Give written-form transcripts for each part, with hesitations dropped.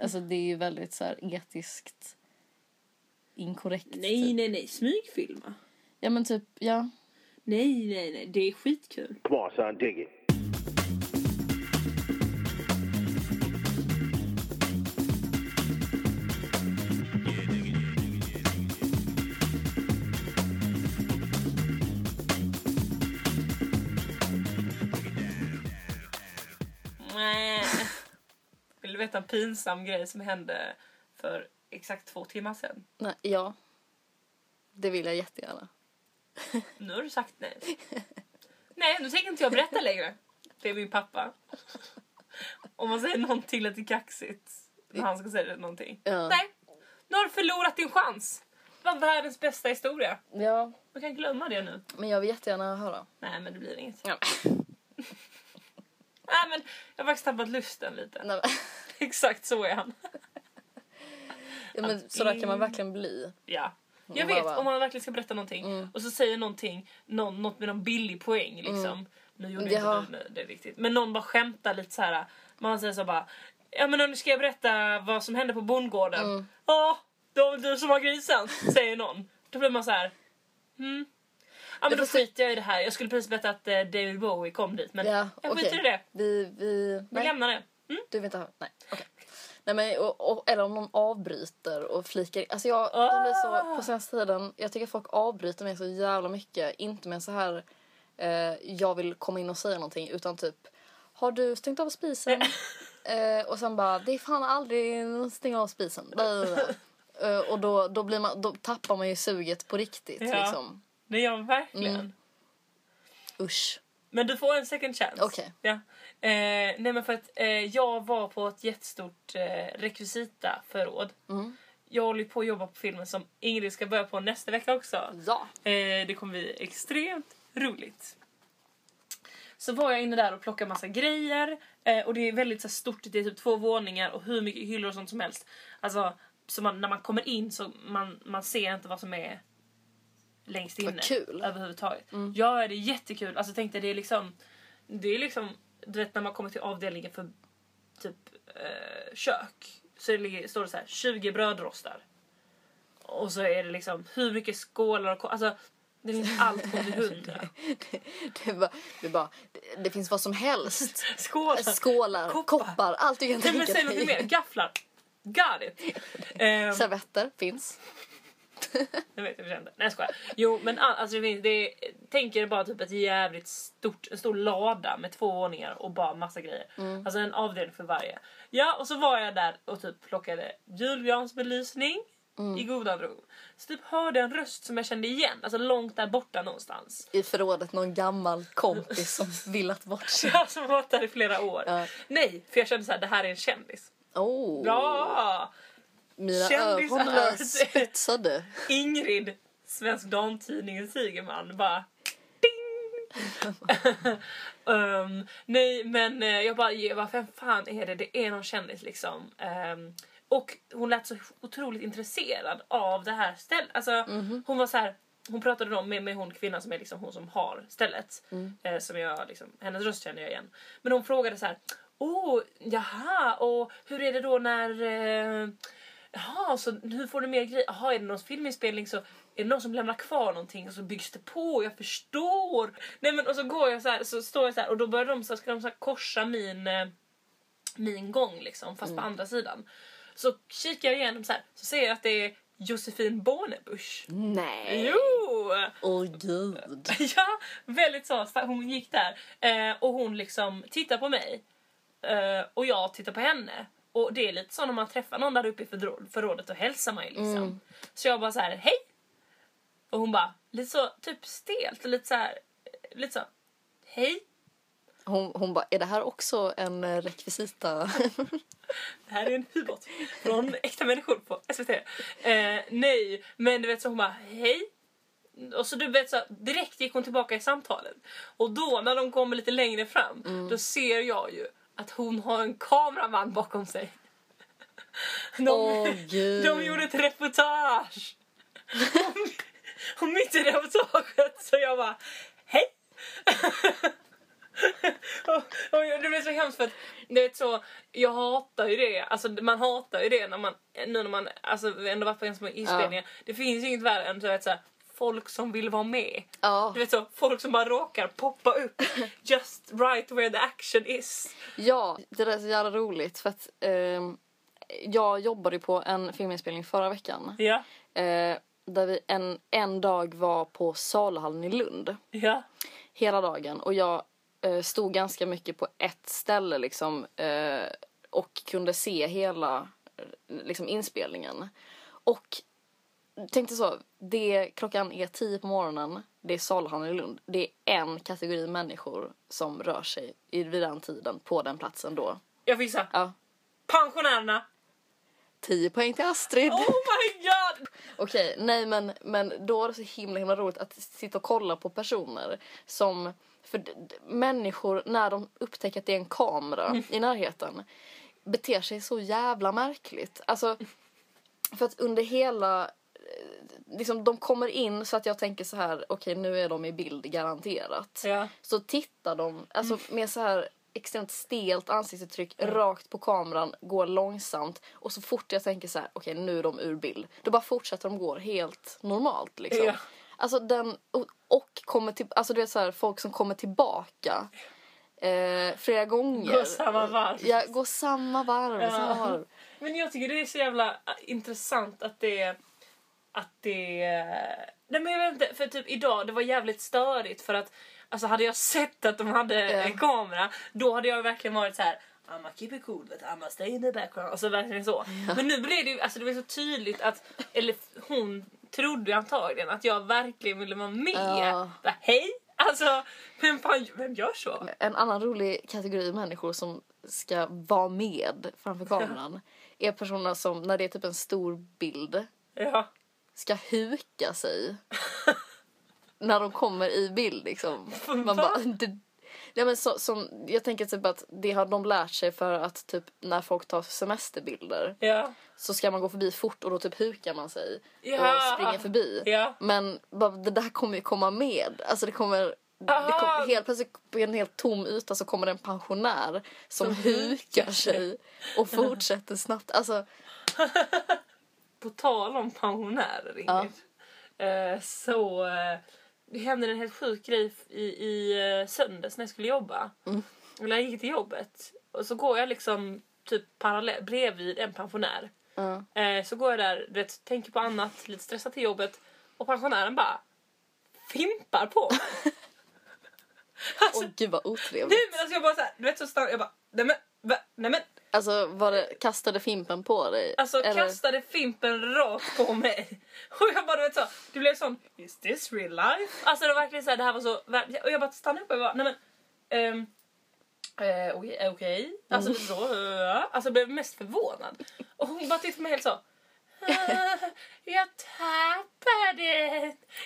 Alltså det är ju väldigt så här etiskt inkorrekt. Nej. Smygfilma. Ja men typ, ja. Nej. Det är skitkul. Come on, son, dig it. Vill du veta en pinsam grej som hände för exakt 2 timmar sedan? Nej, ja. Det vill jag jättegärna. Nu har du sagt nej. Nej, nu tänker inte jag berätta längre. Det är min pappa. Om man säger någonting lite kaxigt när han ska säga någonting. Ja. Nej, nu har du förlorat din chans. Det var världens bästa historia. Ja, Man kan glömma det nu. men jag vill jättegärna höra. Nej, men det blir inget. Ja. Nej, men jag har faktiskt tappat lusten lite. Nej, men, Exakt så är han. ja, men så där kan man verkligen bli. Ja. Jag bara vet, bara- om man verkligen ska berätta någonting och så säger någonting, något med någon billig poäng liksom. Nu gjorde Ja. inte du det riktigt. Men någon bara skämtar lite så här. Man säger så bara, ja men nu ska jag berätta vad som hände på bondgården. Ja, det var du som var grisen, säger någon. Då blir man så här. Ja men då skiter jag i det här. Jag skulle precis berätta att David Bowie kom dit. Men Ja, jag skiter i det. Vi Vi lämnar det. Du vill inte höra? Nej, okej. Nej men, eller om någon avbryter och flikar. Alltså det blir så på senaste tiden. Jag tycker att folk avbryter mig så jävla mycket. Inte med så här jag vill komma in och säga någonting. Utan typ, har du stängt av spisen? Och sen bara, det är fan aldrig stänga av spisen. Och då blir man, då tappar man ju suget på riktigt liksom. Det gör man verkligen. Usch. Men du får en second chance. Okej. Ja. Nej men för att jag var på ett jättestort rekvisitaförråd. Jag håller på att jobba på filmen som Ingrid ska börja på nästa vecka också. Ja. Det kommer bli extremt roligt. Så var jag inne där och plockade massa grejer. Och det är väldigt så här, stort, det är typ 2 våningar och hur mycket hyllor och sånt som helst. Alltså, så när man kommer in så man ser inte vad som är längst inne. Vad kul. Överhuvudtaget. Ja, det är jättekul. Alltså tänkte det är liksom du vet när man kommer till avdelningen för typ kök så står det så här 20 brödrostar. Och så är det liksom hur mycket skålar och alltså det finns allt från 100. Det finns vad som helst. Skålar, koppar, allt du kan Nej, men tänka säg något mer. Gafflar. Got it. Servetter finns. Jag vet inte. Nej, jag skojar. Jo, men alltså tänker bara typ ett jävligt en stor lada med 2 våningar och bara massa grejer. Alltså en avdelning för varje. Ja, och så var jag där och typ plockade julgransbelysning i godan ro. Så typ hörde en röst som jag kände igen, alltså långt där borta någonstans. I förrådet någon gammal kompis som villat bort sig. Ja, som varit där i flera år. Ja. Nej, för jag kände så här, det här är en kändis. Oh. Bra! Mina Kändis ögon alert. spetsade. Ingrid, Svensk Damtidningen Tigerman, bara ding! Nej, men jag bara, vad fan är det? Det är någon kändis liksom. Och hon lät så otroligt intresserad av det här stället. Alltså, hon var så här, hon pratade då med hon kvinnan som är liksom hon som har stället. Som jag liksom, hennes röst känner jag igen. Men hon frågade så här, jaha, och hur är det då när... Jaha, så hur får du mer grejer? Jaha, är det någon filminspelning så är det någon som lämnar kvar någonting och så byggs det på, jag förstår. Nej men och så går jag så här, så står jag så här och då börjar de så ska de så här korsa min gång liksom, fast på andra sidan. Så kikar jag igenom så här, så ser jag att det är Josefin Bornebusch. Nej. Jo! Åh gud. Ja, väldigt så. Hon gick där och hon liksom tittar på mig och jag tittar på henne. Och det är lite så när man träffar någon där uppe i förrådet och hälsar mig liksom. Så jag bara så här, hej! Och hon bara, lite så typ stelt och lite så, hej! Hon bara, är det här också en rekvisita? Det här är en hubåt från Äkta människor på SVT. Nej, men du vet så hon bara, hej! Och så du vet så direkt gick hon tillbaka i samtalet. Och då när de kommer lite längre fram, då ser jag ju att hon har en kameraman bakom sig. De gjorde ett reportage. Och mitt i reportaget så jag bara, hej! och det blir så hemskt för att det är så, jag hatar ju det. Alltså man hatar ju det när man alltså ändå varit på en som inspelningar. Det finns ju inget värre än så här, folk som vill vara med. Du vet så, folk som bara råkar poppa upp just right where the action is. Ja, det där är så jävla roligt för att jag jobbade på en filminspelning förra veckan. Ja. Där vi en dag var på Saluhallen i Lund. Ja. Hela dagen. Och jag stod ganska mycket på ett ställe liksom. Och kunde se hela liksom, inspelningen. Och tänkte så, klockan är 10 på morgonen. Det är Saluhallen i Lund. Det är en kategori människor som rör sig vid den tiden på den platsen då. Jag fixar. Ja. Pensionärerna. 10 poäng till Astrid. Oh my god! Okej, nej men då är det så himla roligt att sitta och kolla på personer som, för människor när de upptäcker att det är en kamera i närheten beter sig så jävla märkligt. Alltså, för att under hela, liksom de kommer in så att jag tänker så här, okej, nu är de i bild garanterat. Ja. Så tittar de, alltså med så här extremt stelt ansiktsuttryck rakt på kameran, går långsamt och så fort jag tänker så här, okej, nu är de ur bild, då bara fortsätter de gå helt normalt liksom. Ja. Alltså den och kommer till, alltså det är så här, folk som kommer tillbaka flera gånger. Gå samma varv. Ja, gå samma varv, samma varv. Men jag tycker det är så jävla intressant att det nej men jag vet inte, för typ idag det var jävligt störigt för att alltså hade jag sett att de hade en kamera, då hade jag verkligen varit så här: I'm a keep it cool, but I'm a stay in the background. Alltså verkligen så. Men nu blev det ju, alltså det var så tydligt att, eller hon trodde antagligen att jag verkligen ville vara med. Bara, hej! Alltså, vem gör så? En annan rolig kategori människor som ska vara med framför kameran är personer som, när det är typ en stor bild, ska huka sig. När de kommer i bild liksom. Man bara, ja, men som, jag tänker typ att det har de lärt sig för att typ när folk tar semesterbilder så ska man gå förbi fort och då typ hukar man sig och springer förbi. Men det där kommer ju komma med. Alltså det kommer helt plötsligt på en helt tom yta så kommer det en pensionär som hukar sig och fortsätter snabbt. Alltså på tal om pensionärer, Ingrid. Så det hände en helt sjuk grej i söndags när jag skulle jobba. Eller jag gick till jobbet. Och så går jag liksom typ parallellt bredvid en pensionär. Så går jag där, tänker på annat, lite stressad till jobbet. Och pensionären bara fimpar på. Alltså, gud vad otrevligt. Nej men alltså jag bara såhär, du vet så stannar jag bara, nej men. Alltså var det, kastade fimpen på dig? Alltså eller? Kastade fimpen rakt på mig. Och jag bara, du vet så, det blev sån, is this real life? Alltså det var verkligen såhär, det här var så, och jag bara stannade upp och jag bara, nej men okej. Alltså så, alltså jag blev mest förvånad. Och hon bara tittade på mig helt så. Jag tappade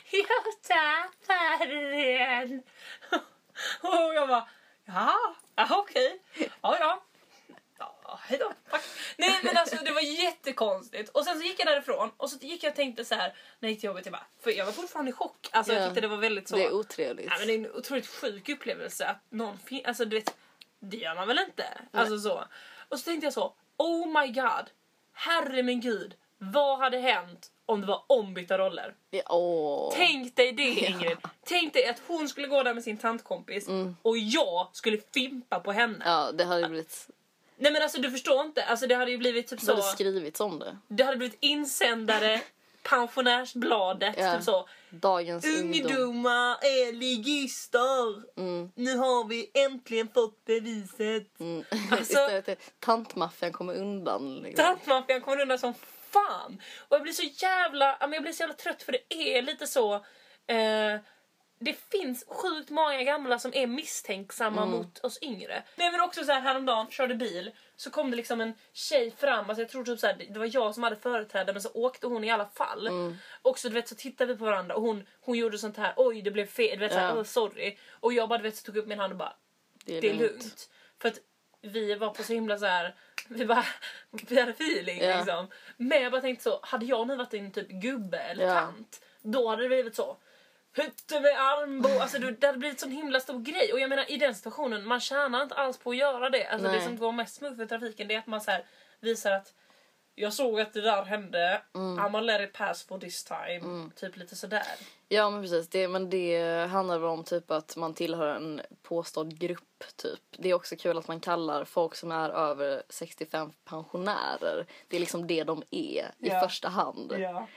den. Och jag bara, ja, okej. Ja, hejdå, tack. Nej men alltså det var jättekonstigt. Och sen så gick jag därifrån och så gick jag och tänkte så här när jag gick till jobbet, för jag var fortfarande i chock. Alltså jag tyckte det var väldigt så. Det är otrevligt. Ja, men det är en otroligt sjuk upplevelse att någon alltså du vet, det gör man väl inte. Alltså så. Och så tänkte jag så, oh my god. Herre min gud, vad hade hänt om det var ombytta roller? Tänk dig det, Ingrid. Tänk dig att hon skulle gå där med sin tantkompis och jag skulle fimpa på henne. Ja, det hade blivit. Nej men alltså du förstår inte. Alltså det hade ju blivit typ så. Det hade skrivits om det. Det hade blivit insändare, pensionärsbladet, typ så. Dagens ungdomar är ligister. Nu har vi äntligen fått beviset. Alltså, istället tantmaffian kommer undan. Liksom. Tantmaffian kommer undan som fan. Och jag blir så jävla trött för det är lite så. Det finns sjukt många gamla som är misstänksamma mot oss yngre. Nej men också så här, häromdagen körde bil. Så kom det liksom en tjej fram. Alltså jag tror typ så här, det var jag som hade företräde. Men så åkte hon i alla fall. Och så du vet så tittade vi på varandra. Och hon gjorde sånt här, oj det blev fel. Du vet så här, sorry. Och jag bara du vet så tog upp min hand och bara, det är lugnt. För att vi var på så himla så här, vi hade feeling liksom. Men jag bara tänkte så, hade jag nu varit en typ gubbe eller tant, då hade det blivit så. hytte med armbåge. Alltså det hade blivit en sån himla stor grej. Och jag menar, i den situationen, man tjänar inte alls på att göra det. Alltså Nej. det som går mest smooth för trafiken, det är att man så här visar att jag såg att det där hände. I'm gonna let it pass for this time. Typ lite sådär. Ja, men precis. Det handlar väl om typ att man tillhör en påstådd grupp typ. Det är också kul att man kallar folk som är över 65 pensionärer. Det är liksom det de är i första hand. Ja.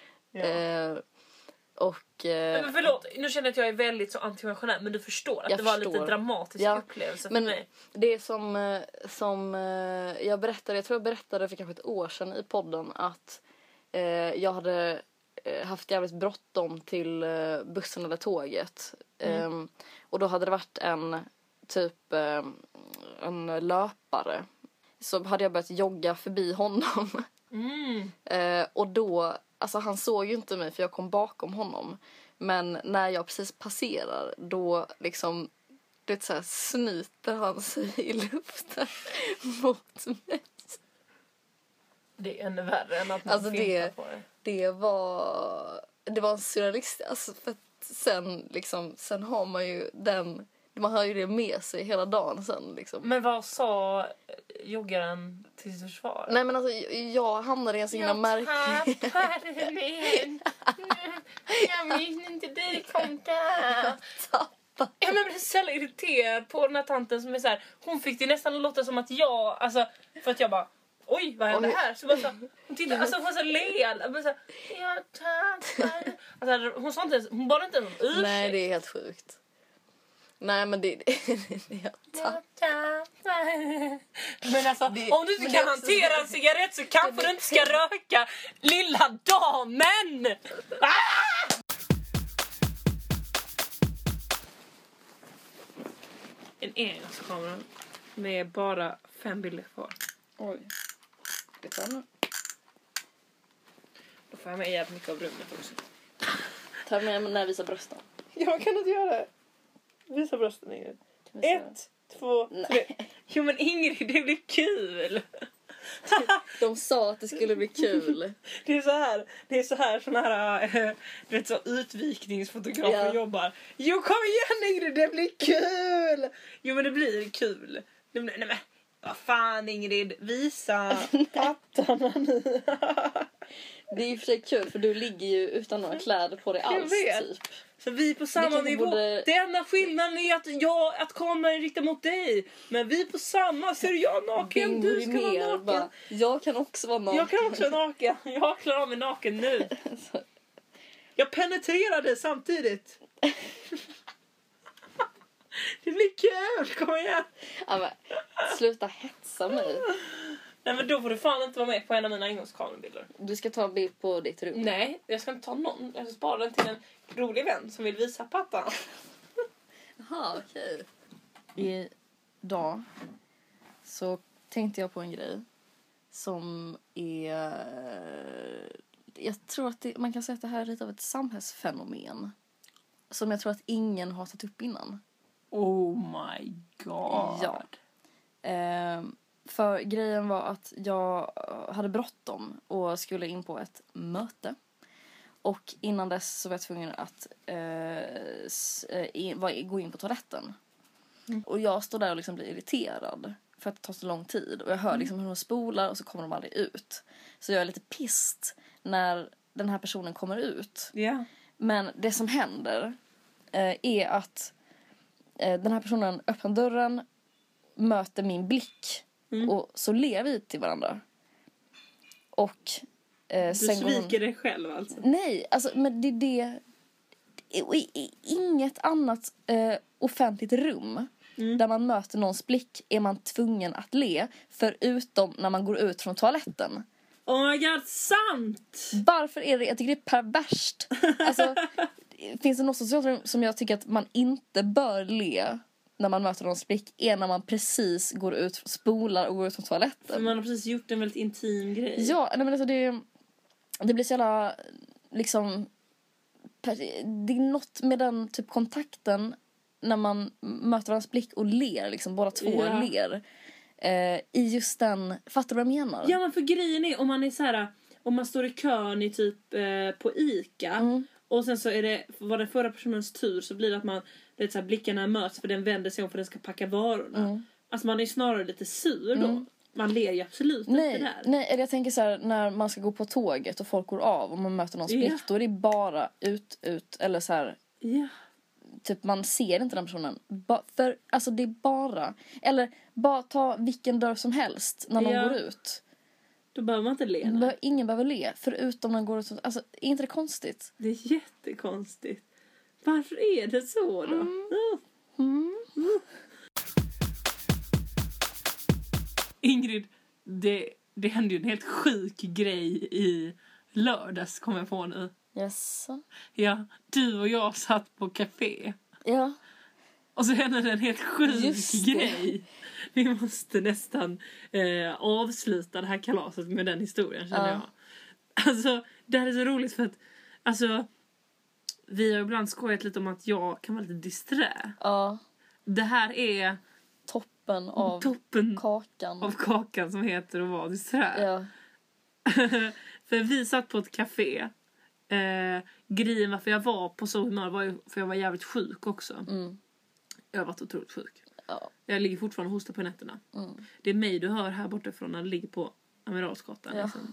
Men förlåt, nu känner jag att jag är väldigt så antipensionär, men du förstår att det var lite dramatisk upplevelse för mig. Det är som jag berättade, jag tror jag berättade för kanske ett år sedan i podden att jag hade haft jävligt bråttom till bussen eller tåget. Och då hade det varit en löpare. Så hade jag börjat jogga förbi honom. Och då, alltså han såg ju inte mig för jag kom bakom honom. Men när jag precis passerar, då liksom, det så här snyter han sig i luften mot mig. Det är ännu värre än att man alltså fintar på det. Det var en surrealist, alltså för att sen har man ju man har ju det med sig hela dagen sen liksom. Men vad sa joggaren till sitt försvar? Nej men alltså jag hamnade i en så himla märklig... Jag tappade min. Jag minns inte det kom där. Jag blev så irriterad på den här tanten som är så här. Hon fick det nästan låta som att för att jag bara, oj, vad hände här? Så bara så, hon tittade, alltså hon så led. Bara så, jag tappade. Alltså hon sa inte ens, hon bara inte ens ursäkt. Nej, det är helt sjukt. Nej, men det men alltså, om du inte kan hantera en cigarett så kanske du inte ska röka, lilla damen! En engångskamera med bara 5 bilder kvar. Oj. Det tar nu. Då får jag med jävligt mycket av rummet också. Ta med när jag visar brösten. Jag kan inte göra det. Visa brösten, Ingrid. 1, 2, 3. Jo men Ingrid, det blir kul. De sa att det skulle bli kul. Det är så här såna här så utvikningsfotografer jobbar. Jo, kom igen Ingrid, det blir kul. Jo men det blir kul. Nej men vad fan Ingrid, visa pattarna nu. Det är ju för sig kul för du ligger ju utan några kläder på dig alls typ. Så vi är på samma nivå. Det enda skillnaden är att kameran riktar mot dig. Men vi är på samma. Ser jag naken? Du ska vara naken. Bara, jag kan också vara naken. Jag kan också vara naken. Jag klarar mig naken nu. Jag penetrerar dig samtidigt. Det blir kul. Kom igen. Ja, men, sluta hetsa mig. Nej men då får du fan inte vara med på en av mina engångskamerbilder. Du ska ta en bild på ditt rum. Nej, jag ska inte ta någon. Jag ska spara den till en rolig vän som vill visa pattan. Jaha, okej. Idag så tänkte jag på en grej som är... Jag tror att man kan säga att det här är lite av ett samhällsfenomen. Som jag tror att ingen har tagit upp innan. Oh my god. Ja. För grejen var att jag hade bråttom och skulle in på ett möte. Och innan dess så var jag tvungen att gå in på toaletten. Och jag står där och liksom blir irriterad för att det tar så lång tid. Och jag hör liksom hur de spolar och så kommer de aldrig ut. Så jag är lite pissed när den här personen kommer ut. Yeah. Men det som händer är att den här personen öppnar dörren, möter min blick. Och så ler vi till varandra. Och du sviker dig själv alltså? Nej, alltså men det i inget annat offentligt rum där man möter någons blick är man tvungen att le, förutom när man går ut från toaletten. Oh my god, sant! Varför är det? Jag tycker det är perverst. Alltså, finns det något socialt som jag tycker att man inte bör le när man möter någons blick är när man precis går ut, spolar och går ut från toaletten. För man har precis gjort en väldigt intim grej. Ja, nej, men alltså det blir så jävla liksom, det är något med den typ kontakten när man möter varandras blick och ler liksom, båda två ler i just den, fattar du vad jag menar? Ja, men för grejen är om man är så här, om man står i kön i typ på Ica Och sen så var det förra personens tur, så blir det att man, det så här, blickarna möts för den vänder sig om för den ska packa varorna. Alltså man är snarare lite sur då. Man ler ju absolut inte där. Nej, eller jag tänker så här, när man ska gå på tåget och folk går av och man möter någon blick, då är det bara ut, eller så här. Ja. Typ man ser inte den personen. För alltså det är bara, eller bara ta vilken dörr som helst när någon går ut. Då behöver man inte le. Ingen behöver le, förutom när man går ut. Alltså, är inte det konstigt? Det är jättekonstigt. Varför är det så då? Ingrid, det hände ju en helt sjuk grej i lördags, kom jag på nu. Yes. Ja, du och jag satt på café. Ja. Och så hände det en helt sjuk grej. Vi måste nästan avsluta det här kalaset med den historien, känner jag. Alltså, det här är så roligt för att alltså, vi har ibland skojat lite om att jag kan vara lite disträ. Ja. Det här är toppen av kakan. Av kakan som heter att vara disträ. Ja. För vi satt på ett café. Grejen varför jag var på så humör var ju för jag var jävligt sjuk också. Jag har varit otroligt sjuk. Ja. Jag ligger fortfarande och hostar på nätterna. Det är mig du hör här bortifrån när du ligger på Amiralsgatan. Ja. Liksom.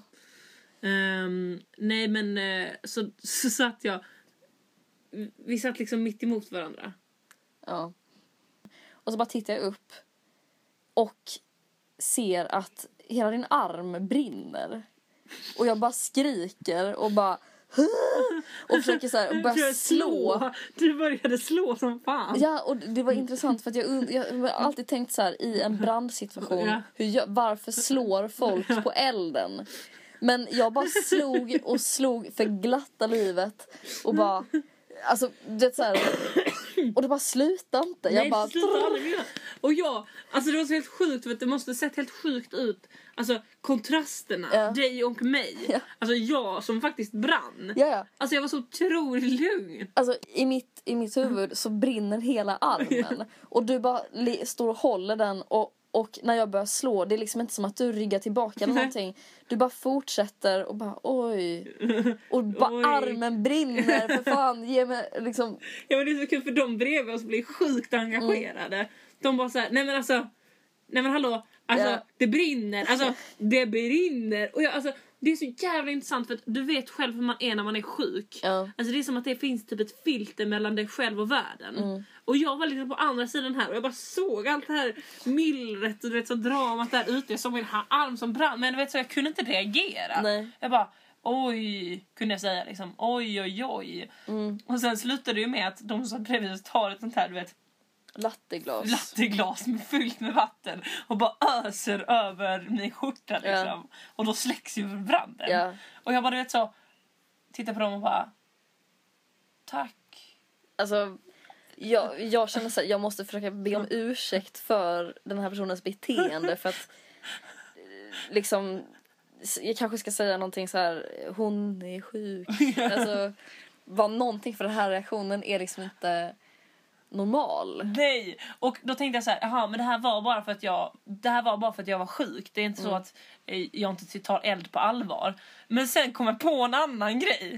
Nej men så satt jag. Vi satt liksom mitt emot varandra. Ja. Och så bara tittar jag upp och ser att hela din arm brinner. Och jag bara skriker och bara och försöker så här, och börja slå. Du började slå som fan. Ja, och det var intressant för att jag har alltid tänkt så här i en brandsituation, varför slår folk på elden? Men jag bara slog för glatta livet och bara alltså det så här, och det bara slutade inte. Nej, det slutade aldrig mer. Och alltså det var så helt sjukt för att det måste sett helt sjukt ut. Alltså kontrasterna, dig och mig. Ja. Alltså jag som faktiskt brann. Ja. Alltså jag var så otroligt lugn. Alltså i mitt huvud så brinner hela armen. Och du bara står och håller den och när jag börjar slå, det är liksom inte som att du ryggar tillbaka eller någonting. Du bara fortsätter och bara oj. Och bara armen brinner, för fan, ge mig liksom. Ja men det är så kul för de bredvid oss blir sjukt engagerade. De bara såhär, nej men hallå. Alltså det brinner, och jag, alltså det är så jävla intressant för att du vet själv hur man är när man är sjuk. Alltså det är som att det finns typ ett filter mellan dig själv och världen. Och jag var liksom på andra sidan här och jag bara såg allt det här myllret och du vet så dramat där ute. Jag såg min arm som brann, men du vet så jag kunde inte reagera. Nej. Jag bara oj, kunde jag säga liksom, oj. Och sen slutade det ju med att de som bredvid tar ett sånt här, du vet, latteglas med fyllt med vatten och bara öser över min skjorta liksom. Och då släcks ju branden. Och jag bara vet så tittar på dem och bara tack. Alltså jag känner så här, jag måste försöka be om ursäkt för den här personens beteende för att liksom jag kanske ska säga någonting så här, hon är sjuk. Alltså var någonting, för den här reaktionen är liksom inte normal. Nej, och då tänkte jag så här, jaha, men det här var bara för att jag var sjuk. Det är inte så att jag inte tar eld på allvar. Men sen kom jag på en annan grej.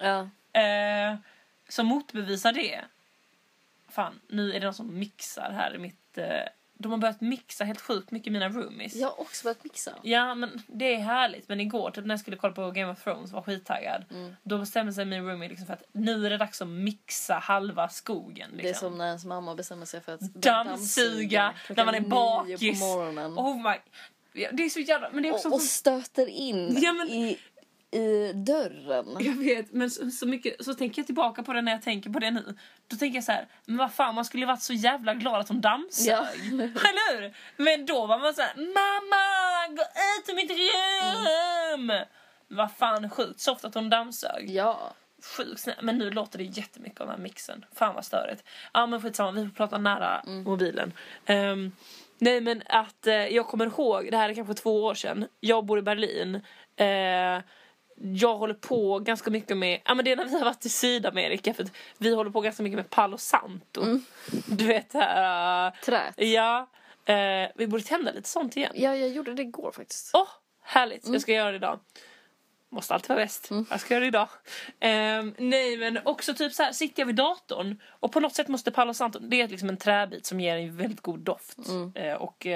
Som motbevisar det. Fan, nu är det någon som mixar här i mitt. De har börjat mixa helt sjukt mycket, mina roomies. Jag har också börjat mixa. Ja, men det är härligt. Men igår typ när jag skulle kolla på Game of Thrones var skittaggad. Då bestämde sig min roomie liksom för att nu är det dags att mixa halva skogen. Liksom. Det är som när ens mamma bestämmer sig för att dammsuga när man är bakis. På morgonen. Oh my. Det är så jävla, men det är också och stöter in i dörren. Jag vet, men så mycket så tänker jag tillbaka på det när jag tänker på det nu. Då tänker jag så här, men vad fan, man skulle ju varit så jävla glad att hon dammsög. Eller hur? Men då var man så här, mamma, gå ut ur mitt rum. Men vad fan, sjukt soft att hon dammsög. Ja. Sjukt snäll. Men nu låter det jättemycket av den här mixen. Fan vad störigt. Ja, men skitsamma, vi får prata nära mobilen. Nej, men att jag kommer ihåg, det här är kanske 2 år sedan. Jag bor i Berlin. Jag håller på ganska mycket med, ja men det är när vi har varit i Sydamerika, för att vi håller på ganska mycket med Palo Santo. Du vet trät. Ja, vi borde tända lite sånt igen. Ja, jag gjorde det igår faktiskt. Härligt, jag ska göra det idag. Måste alltid vara bäst. Jag ska göra det idag. Nej, men också typ så här, sitter jag vid datorn och på något sätt måste Palo Santo, det är liksom en träbit som ger en väldigt god doft. Och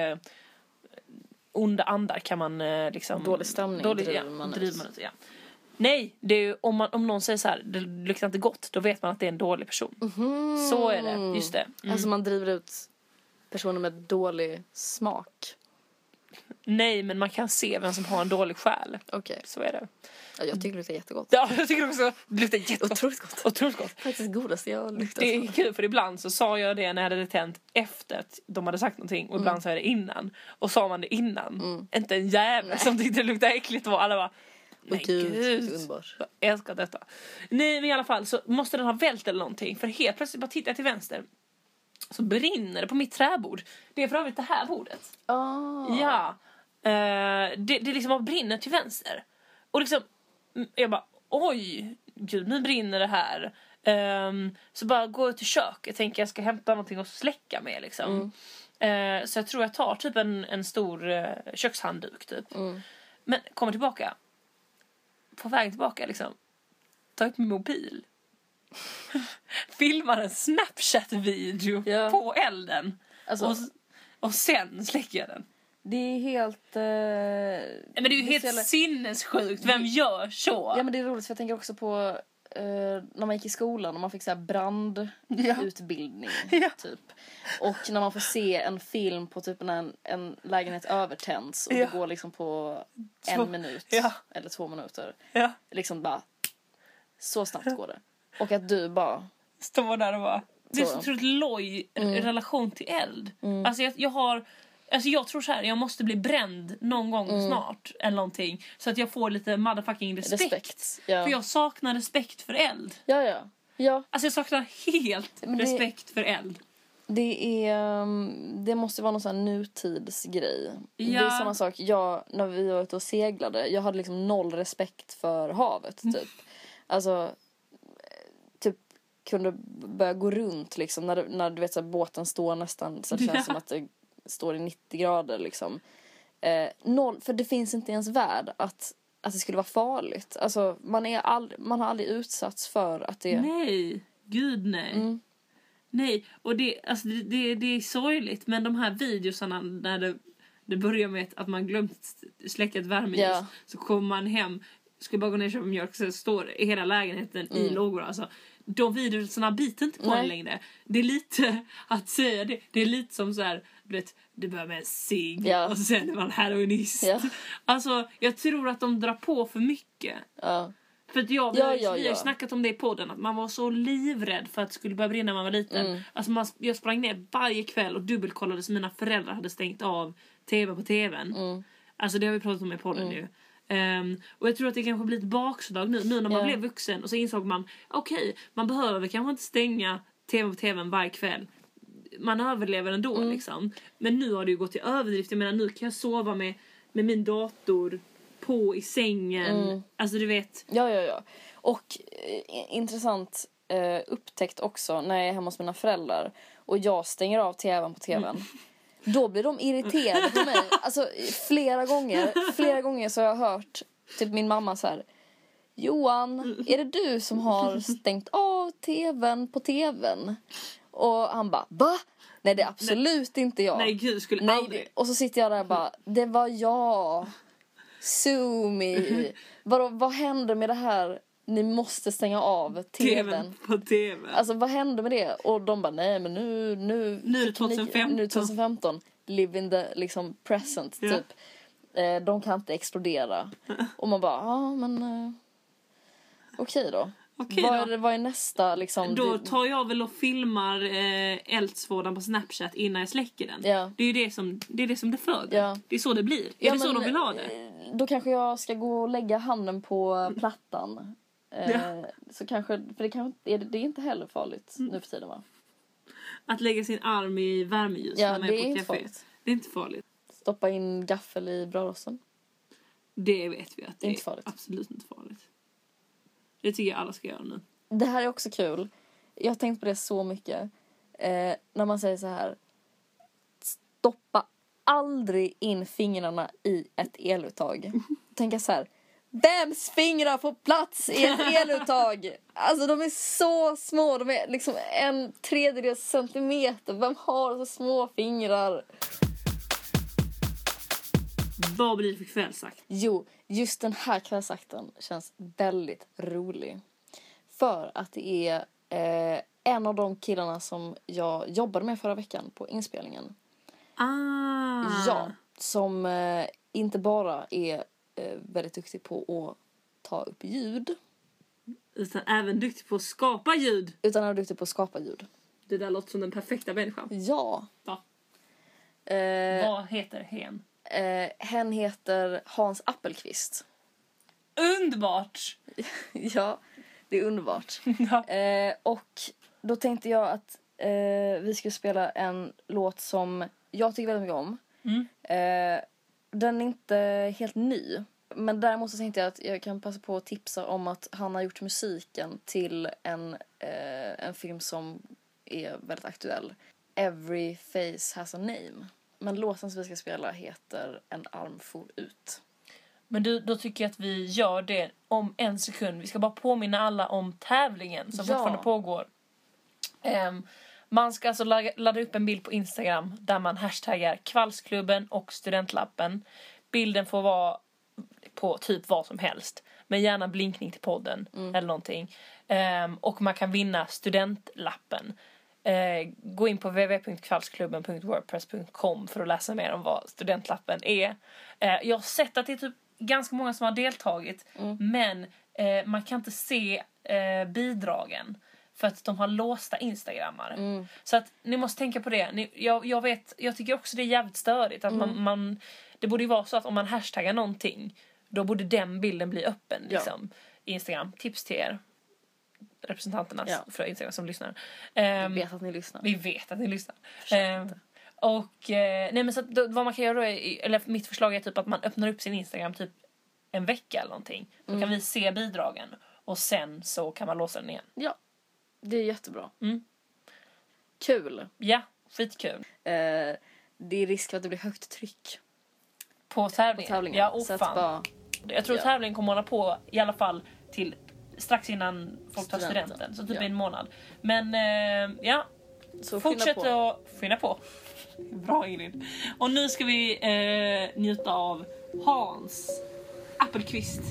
onda andar kan man liksom... Dålig stämning driver man ut. Ja. Nej, det är ju, om någon säger så här, det luktar inte gott, då vet man att det är en dålig person. Så är det, just det. Alltså man driver ut personer med dålig smak. Nej, men man kan se vem som har en dålig själ. Okej. Så är det. Ja, jag tycker det luktar jättegott. Ja, jag tycker också det luktar jättegott. Otroligt gott. Faktiskt Faktiskt godaste jag luktar. Det är kul, för ibland så sa jag det när jag hade tänt efter att de hade sagt någonting. Och ibland sa jag det innan. Och sa man det innan. Inte en jävel som tyckte det luktade äckligt. Och alla bara, men gud, underbart. jag älskar detta. Nej, men i alla fall så måste den ha vält eller någonting. För helt plötsligt bara tittar jag till vänster, så brinner det på mitt träbord. Det är för övrigt det här bordet. Ja. Det liksom bara brinner till vänster. Och liksom, jag bara, oj, gud, nu brinner det här. Så bara går ut till köket. Tänker jag ska hämta någonting att släcka med liksom. Så jag tror jag tar typ en stor kökshandduk typ. Men kommer tillbaka. På väg tillbaka liksom, ta upp min mobil. Filmar en Snapchat-video på elden. Alltså, och sen släcker jag den. Det är helt... men det är ju helt sinnessjukt. Vem gör så? Ja, men det är roligt, för jag tänker också på när man gick i skolan och man fick så här brandutbildning typ. Och när man får se en film på typ när en lägenhet övertänds och det går liksom på 1 minut eller 2 minuter. Liksom bara så snabbt går det. Och att du bara står där och bara, det är så otroligt loj i relation till eld. Alltså jag tror så här, jag måste bli bränd någon gång snart eller någonting, så att jag får lite motherfucking respekt. För jag saknar respekt för eld. Ja. Alltså jag saknar helt respekt för eld. Det måste vara någon sån här nutidsgrej. Det är samma sak. När vi var ute och seglade, jag hade liksom 0 respekt för havet typ. Alltså typ kunde börja gå runt liksom när du vet så här, båten står nästan så det känns som att det står i 90 grader liksom. 0, för det finns inte ens värld att det skulle vara farligt. Alltså man har aldrig utsatts för att det... Nej, gud nej. Nej, och det är sorgligt, men de här videosarna när det börjar med att man glömt släcka ett värmeljus, så kommer man hem, ska bara gå ner och köpa mjölk, så står hela lägenheten i lågor. Alltså, de videosarna biter inte på en längre. Det är lite att säga det. Det är lite som så här, du vet, det börjar med en cigg och sen är man heroinist. Alltså, jag tror att de drar på för mycket. För att vi har snackat om det i podden, att man var så livrädd för att det skulle börja brinna när man var liten. Alltså jag sprang ner varje kväll och dubbelkollade så mina föräldrar hade stängt av tv på tvn. Alltså det har vi pratat om i podden nu. Och jag tror att det kanske blir ett bakslag nu när man blev vuxen, och så insåg man, okej, man behöver kanske inte stänga tv på tvn varje kväll. Man överlever ändå liksom. Men nu har det ju gått till överdrift. Jag menar, nu kan jag sova med min dator på i sängen. Alltså du vet. Ja. Och intressant upptäckt också när jag är hemma hos mina föräldrar och jag stänger av tvn på tvn. Då blir de irriterade på mig. Alltså flera gånger så har jag hört typ min mamma så här: Johan, är det du som har stängt av tvn på tvn? Och han bara, va? Nej, det är absolut inte jag. Nej, gud, skulle aldrig. Och så sitter jag där och bara, det var jag. Sue me. Vad händer med det här? Ni måste stänga av tvn på tv. Alltså vad händer med det? Och de bara, nej men nu är det 2015. Nu är det 2015. Live in the liksom present typ. De kan inte explodera. Och man bara, men okej då. Vad är nästa liksom? Då tar jag väl och filmar eldsvådan på Snapchat innan jag släcker den. Det är ju det som det föder. Det är så det blir. Är det så de vill ha det? Då kanske jag ska gå och lägga handen på plattan. Så kanske, för det är inte heller farligt nu för tiden, va? Att lägga sin arm i värmeljus när man är på café. Det är inte farligt. Stoppa in gaffel i brödrosten. Det vet vi att det är inte farligt. Absolut inte farligt. Det tycker jag alla ska göra nu. Det här är också kul. Jag har tänkt på det så mycket. När man säger så här: stoppa aldrig in fingrarna i ett eluttag. Tänka så här: Vems fingrar får plats i ett eluttag? Alltså de är så små. De är liksom 1/3 centimeter. Vem har så små fingrar? Vad blir det för kvällsakt? Jo, just den här kvällsakten känns väldigt rolig. För att det är en av de killarna som jag jobbade med förra veckan på inspelningen. Ja, som inte bara är väldigt duktig på att ta upp ljud. Utan även duktig på att skapa ljud. Utan är duktig på att skapa ljud. Det där låter som den perfekta människan. Ja. Va? Vad heter hen? Hen heter Hans Appelqvist. Underbart! Ja, det är underbart. Ja. Och då tänkte jag att vi skulle spela en låt som jag tycker väldigt mycket om. Den är inte helt ny. Men däremot så tänkte jag att jag kan passa på att tipsa om att han har gjort musiken till en film som är väldigt aktuell. Every face has a name. Men låten som vi ska spela heter En arm for ut. Men då tycker jag att vi gör det om 1 sekund. Vi ska bara påminna alla om tävlingen som fortfarande pågår. Man ska alltså ladda upp en bild på Instagram där man hashtaggar Kvalsklubben och Studentlappen. Bilden får vara på typ vad som helst. Men gärna blinkning till podden eller någonting. Och man kan vinna Studentlappen. Gå in på www.kvalsklubben.wordpress.com för att läsa mer om vad Studentlappen är. Jag har sett att det är typ ganska många som har deltagit. Men man kan inte se bidragen. För att de har låsta Instagrammar. Så att ni måste tänka på det. Jag tycker också det är jävligt störigt. Att det borde ju vara så att om man hashtaggar någonting, då borde den bilden bli öppen. Liksom, Instagram. Tips till er. Representanterna för Instagram som lyssnar. Vi vet att ni lyssnar. Vi vet att ni lyssnar. Nej, men så att vad man kan göra då är, eller mitt förslag är typ att man öppnar upp sin Instagram typ en vecka eller någonting. Då kan vi se bidragen. Och sen så kan man låsa den igen. Ja, det är jättebra. Kul. Ja, skitkul. Det är risk för att det blir högt tryck. På tävlingen. Ja, så fan. bara, jag tror tävlingen kommer hålla på i alla fall till strax innan folk tar studenten. Så typ en månad. Men så fortsätt att skynda på. Bra Ingrid. Och nu ska vi njuta av Hans Appelqvist.